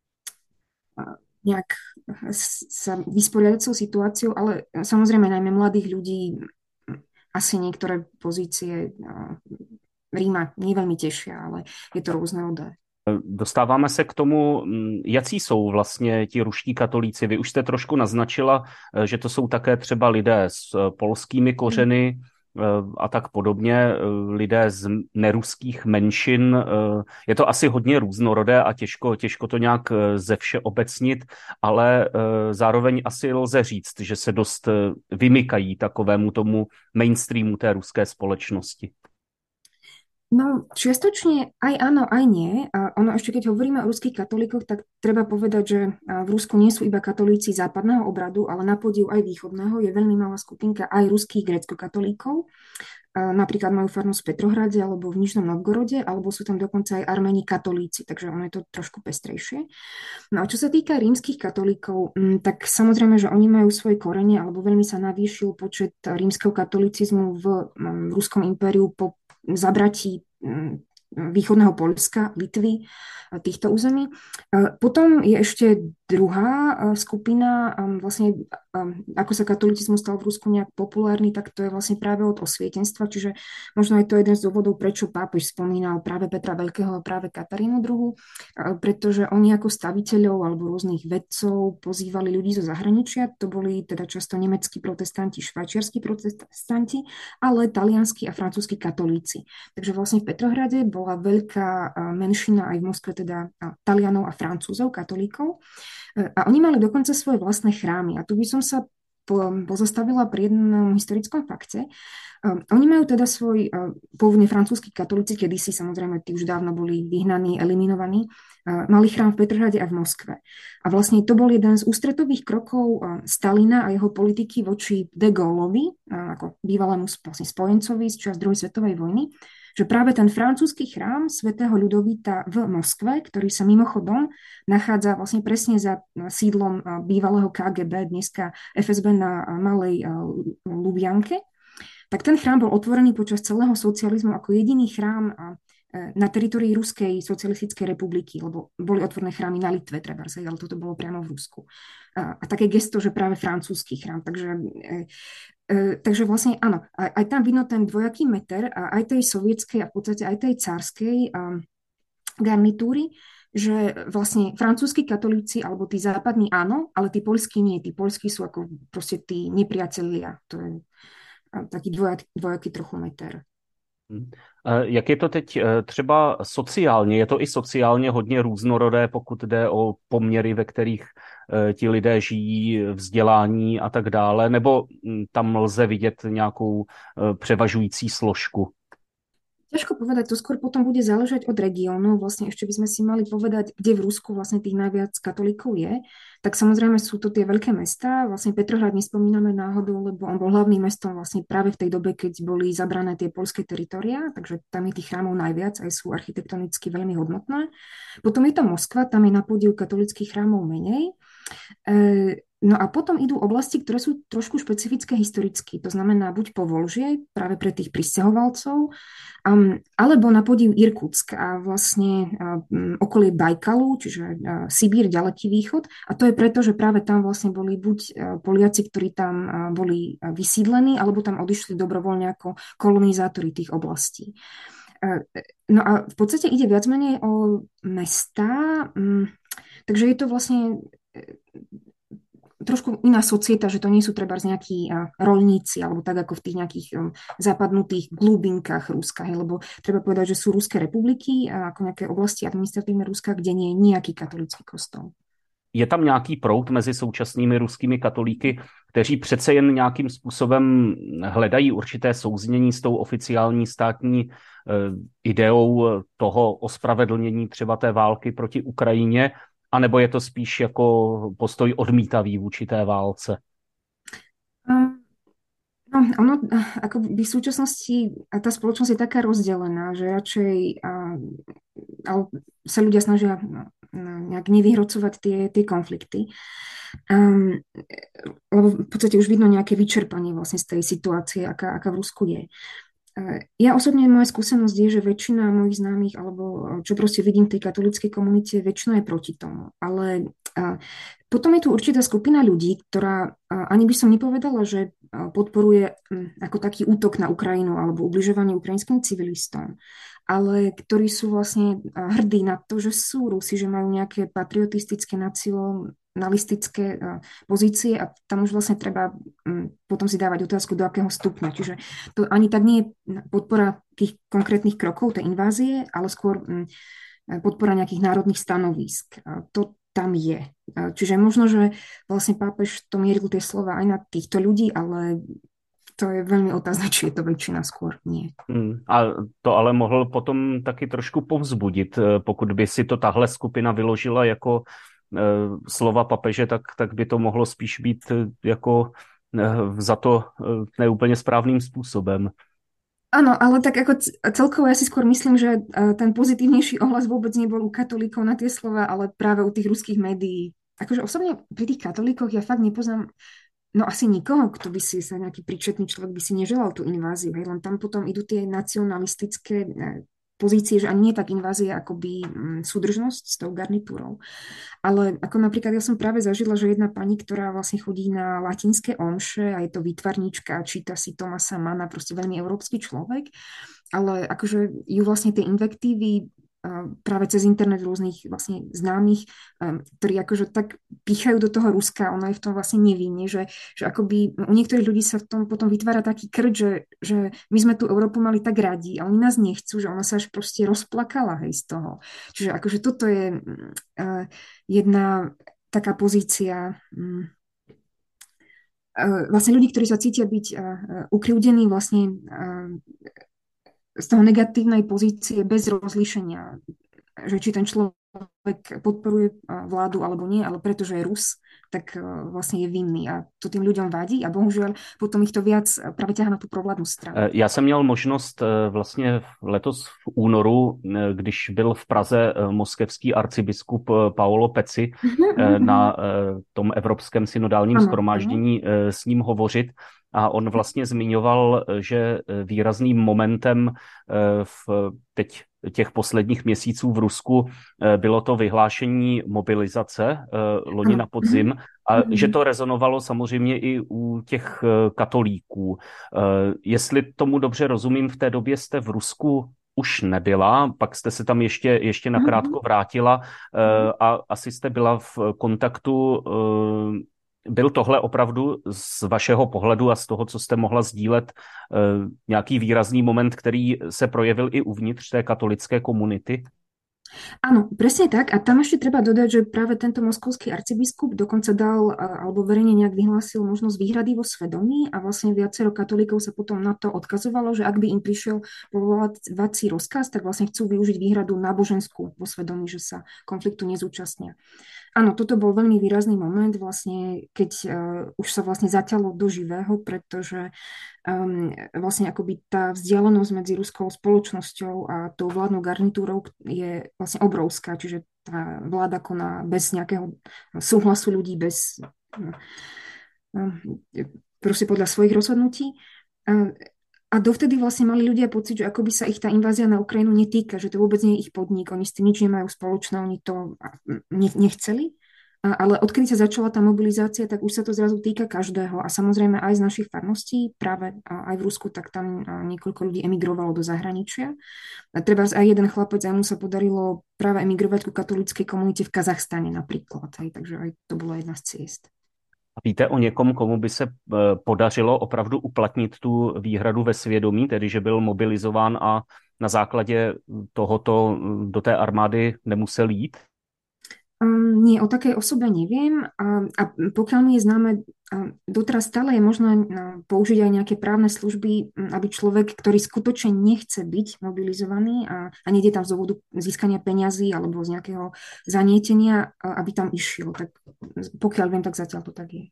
nejak sa vysporiadať s tou situáciou, ale samozrejme najmä mladých ľudí asi niektoré pozície Ríma nie veľmi tešia, ale je to rôznorodé. Dostáváme se k tomu, jací jsou vlastně ti ruští katolíci. Vy už jste trošku naznačila, že to jsou také třeba lidé s polskými kořeny a tak podobně, lidé z neruských menšin. Je to asi hodně různorodé a těžko, těžko to nějak ze vše obecnit, ale zároveň asi lze říct, že se dost vymykají takovému tomu mainstreamu té ruské společnosti. No, čiastočne aj áno, aj nie. A ono ešte, keď hovoríme o ruských katolíkoch, tak treba povedať, že v Rusku nie sú iba katolíci západného obradu, ale na podiv aj východného je veľmi malá skupinka aj ruských gréckokatolíkov. Napríklad majú farnosť v Petrohrade alebo v Nižnom Novgorode, alebo sú tam dokonca aj Arméni katolíci, takže ono je to trošku pestrejšie. No a čo sa týka rímskych katolíkov, tak samozrejme, že oni majú svoje korene, alebo veľmi sa navýšil počet rímskeho katolicizmu v Ruskom impériu po zabratí východného Poľska, Litvy, týchto území. Potom je ešte druhá skupina, vlastne ako sa katolicizmus stal v Rusku nejak populárny, tak to je vlastne práve od osvietenstva, čiže možno je to jeden z dôvodov, prečo pápež spomínal práve Petra Veľkého a práve Katarínu druhú, pretože oni ako staviteľov alebo rôznych vedcov pozývali ľudí zo zahraničia, to boli teda často nemeckí protestanti, švajčiarski protestanti, ale talianskí a francúzski katolíci. Takže vlastne v Petrohrade bola veľká menšina aj v Moskve, teda Talianov a Francúzov, katolíkov. A oni mali dokonca svoje vlastné chrámy. A tu by som sa pozastavila pri jednom historickom fakte. Oni majú teda svoj pôvodne francúzski katolíci, kedysi samozrejme tí už dávno boli vyhnaní, eliminovaní, mali chrám v Petrohrade a v Moskve. A vlastne to bol jeden z ústretových krokov Stalina a jeho politiky voči de Gaullovi, ako bývalému vlastne spojencovi z čas druhej svetovej vojny, že práve ten francúzsky chrám svätého Ľudovíta v Moskve, ktorý sa mimochodom nachádza vlastne presne za sídlom bývalého ká gé bé, dneska ef es bé na Malej Lubianke, tak ten chrám bol otvorený počas celého socializmu ako jediný chrám na teritorii Ruskej socialistickej republiky, lebo boli otvorené chrámy na Litve, treba sa, ale toto bolo priamo v Rusku. A, a také gesto, že práve francúzsky chrám. Takže, e, e, takže vlastne áno, aj, aj tam vidno ten dvojaký meter, a aj tej sovietskej a v podstate aj tej cárskej a, garnitúry, že vlastne francúzski katolíci alebo tí západní áno, ale tí poľskí nie. Tí poľskí sú ako proste tí nepriatelia. To je a, taký dvojak, dvojaký trochu meter. Jak je to teď třeba sociálně? Je to i sociálně hodně různorodé, pokud jde o poměry, ve kterých ti lidé žijí, vzdělání a tak dále, nebo tam lze vidět nějakou převažující složku? Ťažko povedať, to skôr potom bude záležať od regiónu. Vlastne ešte by sme si mali povedať, kde v Rusku vlastne tých najviac katolíkov je. Tak samozrejme sú to tie veľké mestá. Vlastne Petrohrad nespomíname náhodou, lebo on bol hlavným mestom vlastne práve v tej dobe, keď boli zabrané tie poľské teritória, takže tam je tých chrámov najviac, aj sú architektonicky veľmi hodnotné. Potom je to Moskva, tam je na podiu katolických chrámov menej. E, No a potom idú oblasti, ktoré sú trošku špecifické historicky. To znamená buď Povolžie, práve pre tých prisťahovalcov, um, alebo na podiv Irkutsk a vlastne um, okolie Bajkalu, čiže uh, Sibír, ďaleký východ. A to je preto, že práve tam vlastne boli buď uh, Poliaci, ktorí tam uh, boli uh, vysídlení, alebo tam odišli dobrovoľne ako kolonizátori tých oblastí. Uh, no a v podstate ide viac menej o mestá, um, takže je to vlastne trošku iná societa, že to nie sú treba nejakí roľníci, alebo tak ako v tých nejakých um, zapadnutých glúbinkách Ruska, hej, lebo treba povedať, že sú Ruské republiky a ako nejaké oblasti administratívne Ruska, kde nie je nejaký katolický kostol. Je tam nějaký proud mezi současnými ruskými katolíky, kteří přece jen nějakým způsobem hledají určité souznění s tou oficiální státní eh, ideou toho ospravedlnění třeba té války proti Ukrajině, anebo je to spíš jako postoj odmítavý vůči té válce? Um, no, ono, ako v súčasnosti tá spoločnosť je taká rozdelená, že radšej a, a sa ľudia snažia nejak nevyhrocovať tie, tie konflikty. Um, lebo v podstate už vidno nejaké vyčerpanie vlastne z tej situácie, aká, aká v Rusku je. Ja osobne, moja skúsenosť je, že väčšina mojich známych, alebo čo proste vidím v tej katolíckej komunite, väčšina je proti tomu. Ale a, potom je tu určitá skupina ľudí, ktorá a, ani by som nepovedala, že a, podporuje m, ako taký útok na Ukrajinu alebo ubližovanie ukrajinským civilistom, ale ktorí sú vlastne a, hrdí na to, že sú Rusi, že majú nejaké patriotistické, nacionalistické a, pozície a tam už vlastne treba m, potom si dávať otázku, do akého stupňa. Čiže to ani tak nie je podpora tých konkrétnych krokov, tej invázie, ale skôr m, podpora nejakých národných stanovísk. A to tam je. A čiže možno, že vlastne pápež to mieril tie slova aj na týchto ľudí, ale to je veľmi otázne, či je to väčšina, skôr nie. Hmm. A to ale mohl potom taky trošku povzbudit, pokud by si to tahle skupina vyložila jako e, slova papeže, tak, tak by to mohlo spíš být jako e, za to e, neúplně správným způsobem. Áno, ale tak ako celkovo ja si skôr myslím, že ten pozitívnejší ohlas vôbec nebol u katolíkov na tie slova, ale práve u tých ruských médií. Akože osobne pri tých katolíkoch ja fakt nepoznám no asi nikoho, kto by si sa nejaký príčetný človek by si neželal tú inváziu. Hej, len tam potom idú tie nacionalistické pozície, že ani nie tak invázia, ako by súdržnosť s tou garnitúrou. Ale ako napríklad ja som práve zažila, že jedna pani, ktorá vlastne chodí na latinské omše a je to výtvarníčka, číta si Thomasa Manna, proste veľmi európsky človek, ale akože ju vlastne tie invektívy práve cez internet rôznych vlastne známych, ktorí akože tak pýchajú do toho Ruska, ona je v tom vlastne nevinne, že, že akoby u niektorých ľudí sa v tom potom vytvára taký krč, že, že my sme tú Európu mali tak radi a oni nás nechcú, že ona sa až proste rozplakala, hej, z toho. Čiže akože toto je uh, jedna taká pozícia um, uh, vlastne ľudí, ktorí sa cítia byť uh, ukriúdení vlastne uh, z toho negatívnej pozície bez rozlíšenia, že či ten človek podporuje vládu alebo nie, ale pretože je Rus, tak vlastne je vinný a to tým ľuďom vadí a bohužiaľ potom ich to viac práve ťahá na tú provládnu stranu. Já jsem měl možnost vlastně letos v únoru, když byl v Praze moskevský arcibiskup Paolo Peci na tom Evropském synodálním shromáždění s ním hovořit. A on vlastně zmiňoval, že výrazným momentem v teď těch posledních měsíců v Rusku bylo to vyhlášení mobilizace loni na podzim a že to rezonovalo samozřejmě i u těch katolíků. Jestli tomu dobře rozumím, v té době jste v Rusku už nebyla, pak jste se tam ještě, ještě nakrátko vrátila a asi jste byla v kontaktu byl tohle opravdu z vašeho pohledu a z toho, co jste mohla sdílet, nějaký výrazný moment, který se projevil i uvnitř té katolické komunity? Áno, presne tak. A tam ešte treba dodať, že práve tento moskovský arcibiskup dokonca dal alebo verejne nejak vyhlásil možnosť výhrady vo svedomí a vlastne viacero katolíkov sa potom na to odkazovalo, že ak by im prišiel povolovací rozkaz, tak vlastne chcú využiť výhradu náboženskú vo svedomí, že sa konfliktu nezúčastnia. Áno, toto bol veľmi výrazný moment, vlastne, keď uh, už sa vlastne zaťalo do živého, pretože um, vlastne akoby tá vzdialenosť medzi ruskou spoločnosťou a tou vládnou garnitúrou je vlastne obrovská, čiže tá vláda koná bez nejakého súhlasu ľudí, bez uh, uh, proste podľa svojich rozhodnutí. Uh, A dovtedy vlastne mali ľudia pocit, že akoby sa ich tá invázia na Ukrajinu netýka, že to vôbec nie je ich podnik, oni s tým nič nemajú spoločné, oni to nechceli. Ale odkedy sa začala tá mobilizácia, tak už sa to zrazu týka každého. A samozrejme aj z našich farností, práve aj v Rusku, tak tam niekoľko ľudí emigrovalo do zahraničia. A treba aj jeden chlapec, aj mu sa podarilo práve emigrovať ku katolíckej komunite v Kazachstane napríklad. Aj, takže aj to bola jedna z ciest. A víte o někom, komu by se podařilo opravdu uplatnit tu výhradu ve svědomí, tedy že byl mobilizován a na základě tohoto do té armády nemusel jít? Um, nie, o takej osobe neviem a, a pokiaľ mi je známe, doteraz stále je možné použiť aj nejaké právne služby, aby človek, ktorý skutočne nechce byť mobilizovaný a, a nejde tam z dôvodu získania peňazí alebo z nejakého zanietenia, aby tam išiel. Tak pokiaľ viem, tak zatiaľ to tak je.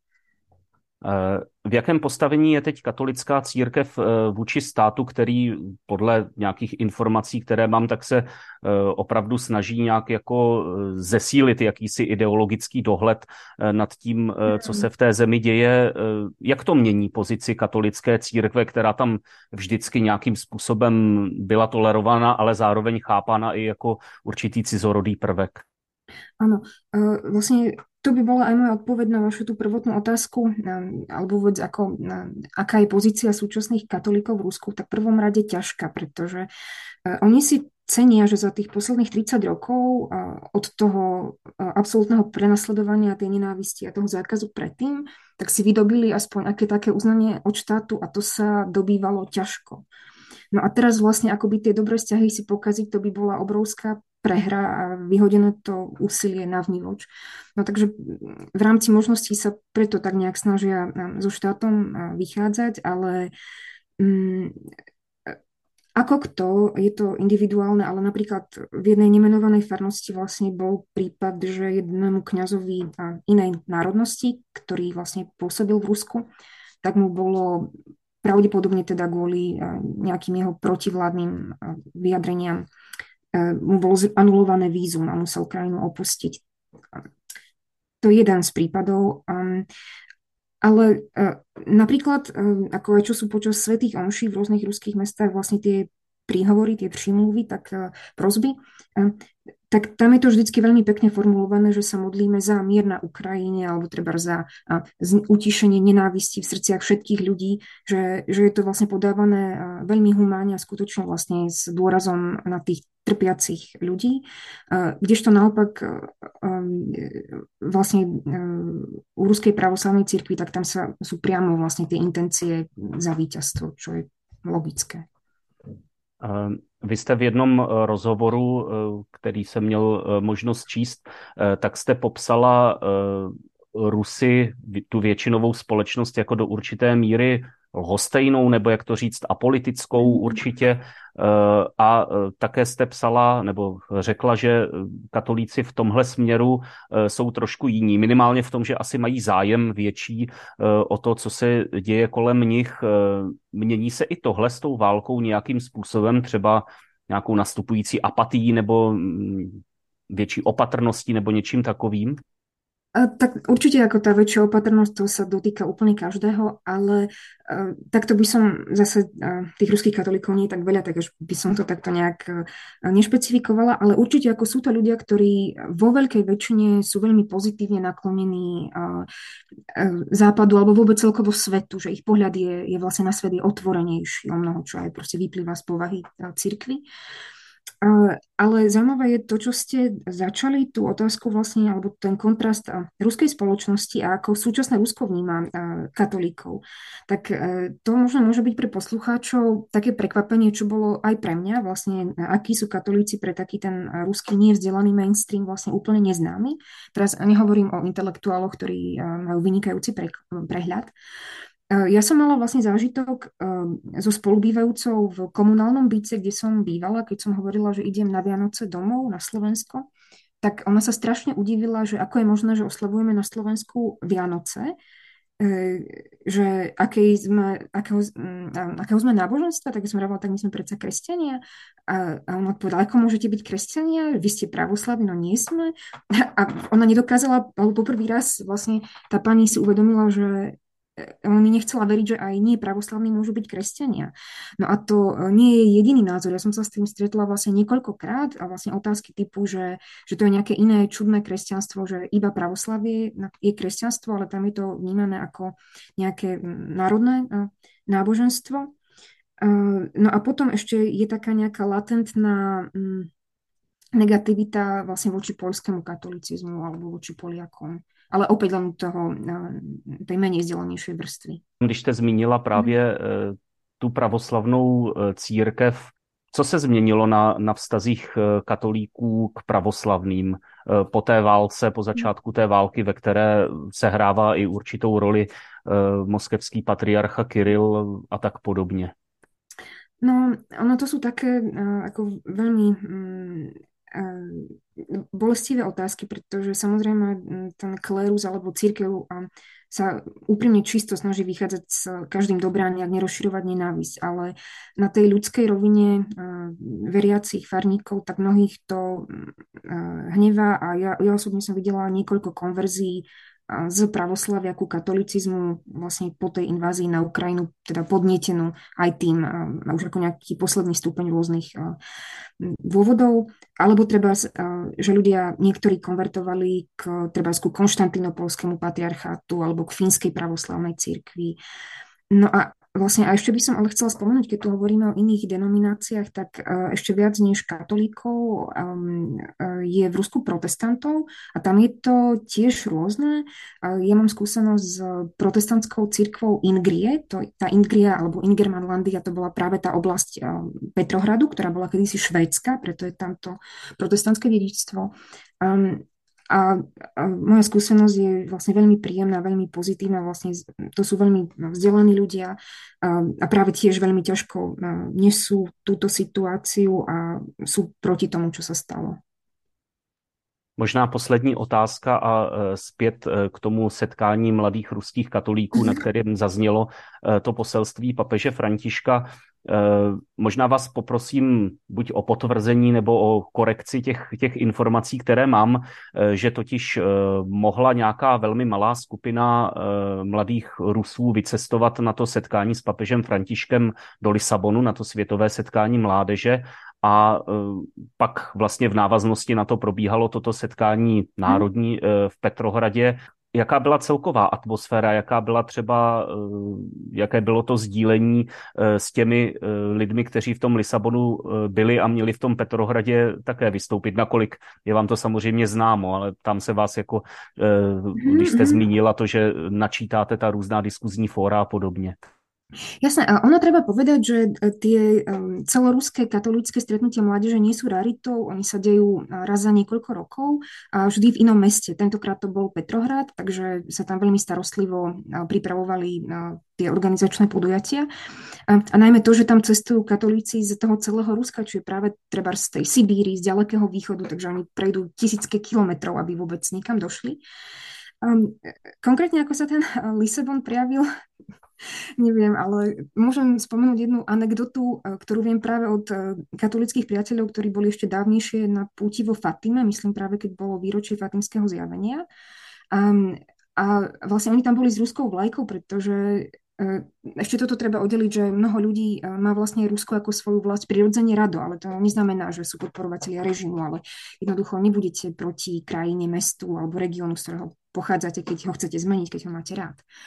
V jakém postavení je teď katolická církev vůči státu, který podle nějakých informací, které mám, tak se opravdu snaží nějak jako zesílit jakýsi ideologický dohled nad tím, co se v té zemi děje? Jak to mění pozici katolické církve, která tam vždycky nějakým způsobem byla tolerována, ale zároveň chápána i jako určitý cizorodý prvek? Áno, vlastne to by bola aj moja odpoveď na vašu tú prvotnú otázku, alebo vôbec ako, aká je pozícia súčasných katolíkov v Rusku, tak v prvom rade ťažká, pretože oni si cenia, že za tých posledných tridsať rokov od toho absolútneho prenasledovania tej nenávisti a toho zákazu predtým, tak si vydobili aspoň aké také uznanie od štátu a to sa dobývalo ťažko. No a teraz vlastne akoby tie dobré vzťahy si pokaziť, to by bola obrovská prehra a vyhodené to úsilie na vnívoč. No takže v rámci možností sa preto tak nejak snažia so štátom vychádzať, ale um, ako kto, je to individuálne, ale napríklad v jednej nemenovanej farnosti vlastne bol prípad, že jednému kňazovi inej národnosti, ktorý vlastne pôsobil v Rusku, tak mu bolo pravdepodobne teda kvôli nejakým jeho protivládnym vyjadreniam mu bolo anulované vízum a musel krajinu opustiť. To je jeden z prípadov. Ale napríklad, ako aj čo sú počas svätých omší v rôznych ruských mestách, vlastne tie príhovory, tie prímluvy, tak prosby, tak tam je to vždycky veľmi pekne formulované, že sa modlíme za mier na Ukrajine alebo treba za utišenie nenávisti v srdciach všetkých ľudí, že, že je to vlastne podávané veľmi humánne a skutočne vlastne s dôrazom na tých trpiacich ľudí, kdežto naopak vlastne u Ruskej pravoslavnej cirkvi, tak tam sa, sú priamo vlastne tie intencie za víťazstvo, čo je logické. Vy jste v jednom rozhovoru, který jsem měl možnost číst, tak jste popsala Rusy, tu většinovou společnost, jako do určité míry lhostejnou, nebo jak to říct, apolitickou určitě. A také jste psala, nebo řekla, že katolíci v tomhle směru jsou trošku jiní. Minimálně v tom, že asi mají zájem větší o to, co se děje kolem nich. Mění se i tohle s tou válkou nějakým způsobem, třeba nějakou nastupující apatií nebo větší opatrností nebo něčím takovým? A, tak určite ako tá väčšia opatrnosť, to sa dotýka úplne každého, ale uh, takto by som zase uh, tých ruských katolíkov nie tak veľa, tak až by som to takto nejak uh, nešpecifikovala, ale určite ako sú to ľudia, ktorí vo veľkej väčšine sú veľmi pozitívne naklonení uh, uh, západu alebo vôbec celkovo svetu, že ich pohľad je, je vlastne na svet je otvorenejší o mnoho, čo aj proste vyplýva z povahy uh, cirkvi. Ale zaujímavé je to, čo ste začali, tú otázku vlastne, alebo ten kontrast ruskej spoločnosti a ako súčasné Rusko vníma katolíkov. Tak to možno môže byť pre poslucháčov také prekvapenie, čo bolo aj pre mňa, vlastne akí sú katolíci pre taký ten ruský nevzdelaný mainstream vlastne úplne neznámy. Teraz nehovorím o intelektuáloch, ktorí majú vynikajúci pre, prehľad. Ja som mala vlastne zážitok so spolubývajúcou v komunálnom byte, kde som bývala, keď som hovorila, že idem na Vianoce domov na Slovensko, tak ona sa strašne udivila, že ako je možné, že oslavujeme na Slovensku Vianoce, že akej sme, akého, akého sme náboženstva, tak som hovorila, tak my sme predsa kresťania. A, a ona odpovedala, ako môžete byť kresťania? Vy ste pravoslaví, no nie sme. A ona nedokázala, alebo poprvý raz vlastne tá pani si uvedomila, že ona mi nechcela veriť, že aj nie pravoslavní môžu byť kresťania. No a to nie je jediný názor. Ja som sa s tým stretla vlastne niekoľkokrát a vlastne otázky typu, že, že to je nejaké iné čudné kresťanstvo, že iba pravoslavie je kresťanstvo, ale tam je to vnímané ako nejaké národné náboženstvo. No a potom ešte je taká nejaká latentná negativita vlastne voči poľskému katolicizmu alebo voči Poliakom. Ale opět len toho, tej méně vzdělanější vrstvy. Když jste zmínila právě tu pravoslavnou církev, co se změnilo na, na vztazích katolíků k pravoslavným po té válce, po začátku té války, ve které sehrává i určitou roli moskevský patriarcha Kiril a tak podobně? No, ono to sú také ako veľmi bolestivé otázky, pretože samozrejme ten klérus alebo cirkev sa úprimne čisto snaží vychádzať s každým dobrá, nejak nerozširovať nenávisť, ale na tej ľudskej rovine veriacich farníkov, tak mnohých to hnevá a ja, ja osobne som videla niekoľko konverzií z pravoslavia ku katolicizmu vlastne po tej invázii na Ukrajinu, teda podnietenú aj tým, už ako nejaký posledný stupeň rôznych dôvodov, alebo treba, že ľudia niektorí konvertovali k treba ku konštantínopolskému patriarchátu alebo k fínskej pravoslavnej cirkvi. No a vlastne, a ešte by som ale chcela spomenúť, keď tu hovoríme o iných denomináciách, tak uh, ešte viac než katolíkov um, uh, je v Rusku protestantov a tam je to tiež rôzne. Uh, ja mám skúsenosť s protestantskou cirkvou Ingrie, to, tá Ingria alebo Ingermanlandia, to bola práve tá oblasť uh, Petrohradu, ktorá bola kedysi švédska, preto je tamto protestantské dedičstvo. Um, A, a moja skúsenosť je vlastne veľmi príjemná, veľmi pozitívna. Vlastne to sú veľmi vzdelaní ľudia a, a práve tiež veľmi ťažko nesú túto situáciu a sú proti tomu, čo sa stalo. Možná poslední otázka a zpět k tomu setkání mladých ruských katolíků, na kterém zaznělo to poselství papeže Františka. Možná vás poprosím buď o potvrzení nebo o korekci těch, těch informací, které mám, že totiž mohla nějaká velmi malá skupina mladých Rusů vycestovat na to setkání s papežem Františkem do Lisabonu, na to světové setkání mládeže. A pak vlastně v návaznosti na to probíhalo toto setkání národní v Petrohradě. Jaká byla celková atmosféra, jaká byla třeba, jaké bylo to sdílení s těmi lidmi, kteří v tom Lisabonu byli a měli v tom Petrohradě také vystoupit, nakolik je vám to samozřejmě známo, ale tam se vás jako, když jste zmínila to, že načítáte ta různá diskuzní fóra a podobně. Jasné, a ono treba povedať, že tie um, celoruské katolícke stretnutia mládeže nie sú raritou, oni sa dejú raz za niekoľko rokov a vždy v inom meste. Tentokrát to bol Petrohrad, takže sa tam veľmi starostlivo pripravovali tie organizačné podujatia. A, a najmä to, že tam cestujú katolíci z toho celého Ruska, čiže práve treba z tej Sibíry, z ďalekého východu, takže oni prejdú tisícky kilometrov, aby vôbec niekam došli. Um, konkrétne ako sa ten Lisabon prejavil, neviem, ale môžem spomenúť jednu anekdotu, ktorú viem práve od katolických priateľov, ktorí boli ešte dávnejšie na púti vo Fatime, myslím práve, keď bolo výročie fatimského zjavenia. Um, a vlastne oni tam boli s ruskou vlajkou, pretože uh, ešte toto treba oddeliť, že mnoho ľudí uh, má vlastne Rusko ako svoju vlast prirodzene rado, ale to neznamená, že sú podporovatelia režimu, ale jednoducho nebudete proti krajine, mestu alebo regiónu, z ktorého pochádzate, keď ho chcete zmeniť, keď ho máte rád.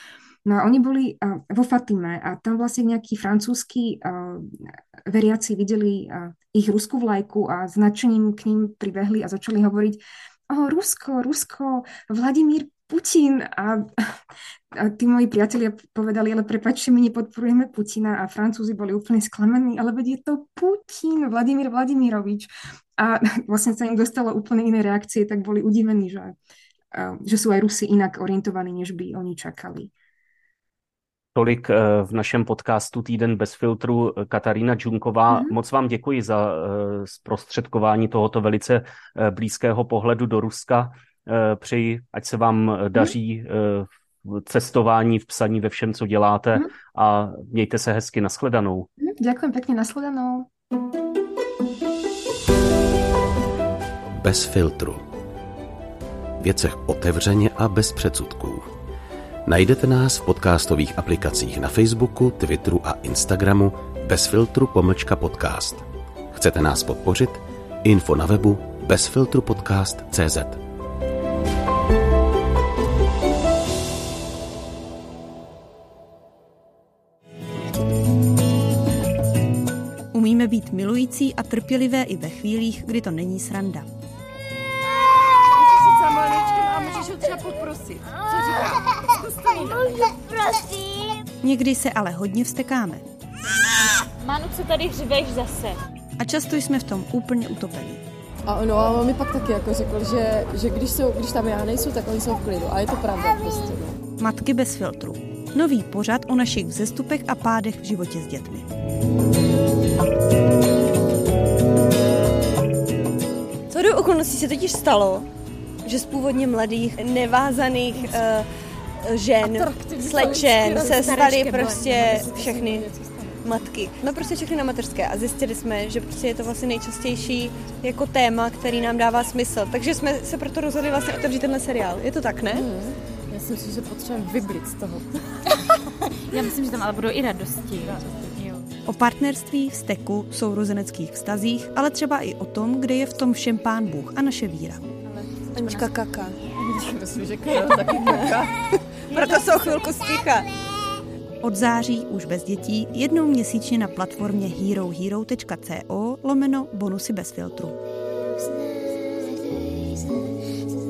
No a oni boli uh, vo Fatime a tam vlastne nejakí francúzski uh, veriaci videli uh, ich ruskú vlajku a značením k ním pribehli a začali hovoriť: oh, Rusko, Rusko, Vladimír Putin. A, a tí moji priatelia povedali: ale prepáčte, my nepodporujeme Putina. A Francúzi boli úplne sklamaní: ale veď je to Putin, Vladimír Vladimirovič. A vlastne sa im dostalo úplne iné reakcie, tak boli udivení, že, že sú aj Rusi inak orientovaní, než by oni čakali. Tolik v našem podcastu Týden bez filtru Katarína Džunková. Mm-hmm. Moc vám děkuji za zprostředkování tohoto velice blízkého pohledu do Ruska. Přeji, ať se vám daří v cestování, v psaní, ve všem, co děláte, mm-hmm. a mějte se hezky. Nashledanou. Ďakujem pekne, nashledanou. Bez filtru. Věcech otevřeně a bez předsudků. Najdete nás v podcastových aplikacích na Facebooku, Twitteru a Instagramu bez filtru pomlčka podcast. Chcete nás podpořit? Info na webu bezfiltrupodcast tečka cé zet. Umíme být milující a trpělivé i ve chvílích, kdy to není sranda. Někdy se ale hodně vztekáme. Manu, co tady hřiveš zase? A často jsme v tom úplně utopení. A no, a on mi pak taky jako řekl, že, že když, jsou, když tam já nejsou, tak oni jsou v klidu. A je to pravda prostě. Matky bez filtru. Nový pořad o našich vzestupech a pádech v životě s dětmi. Co do okolností se totiž stalo, že z původně mladých, nevázaných uh, žen, slečen se staly prostě všechny matky. No prostě všechny na mateřské a zjistili jsme, že prostě je to vlastně nejčastější jako téma, který nám dává smysl. Takže jsme se proto rozhodli vlastně otevřít tenhle seriál. Je to tak, ne? Hmm. Já si myslím, že potřebujeme vyblit z toho. Já myslím, že tam ale budou i radosti. O partnerství, vzteku, sourozeneckých vztazích, ale třeba i o tom, kde je v tom všem Pán Bůh a naše víra. Anička kaká. Myslím, že Karel taky kaká. Proto jsou chvilku sticha. Od září už bez dětí jednou měsíčně na platformě herohero tečka co lomeno bonusy bez filtru.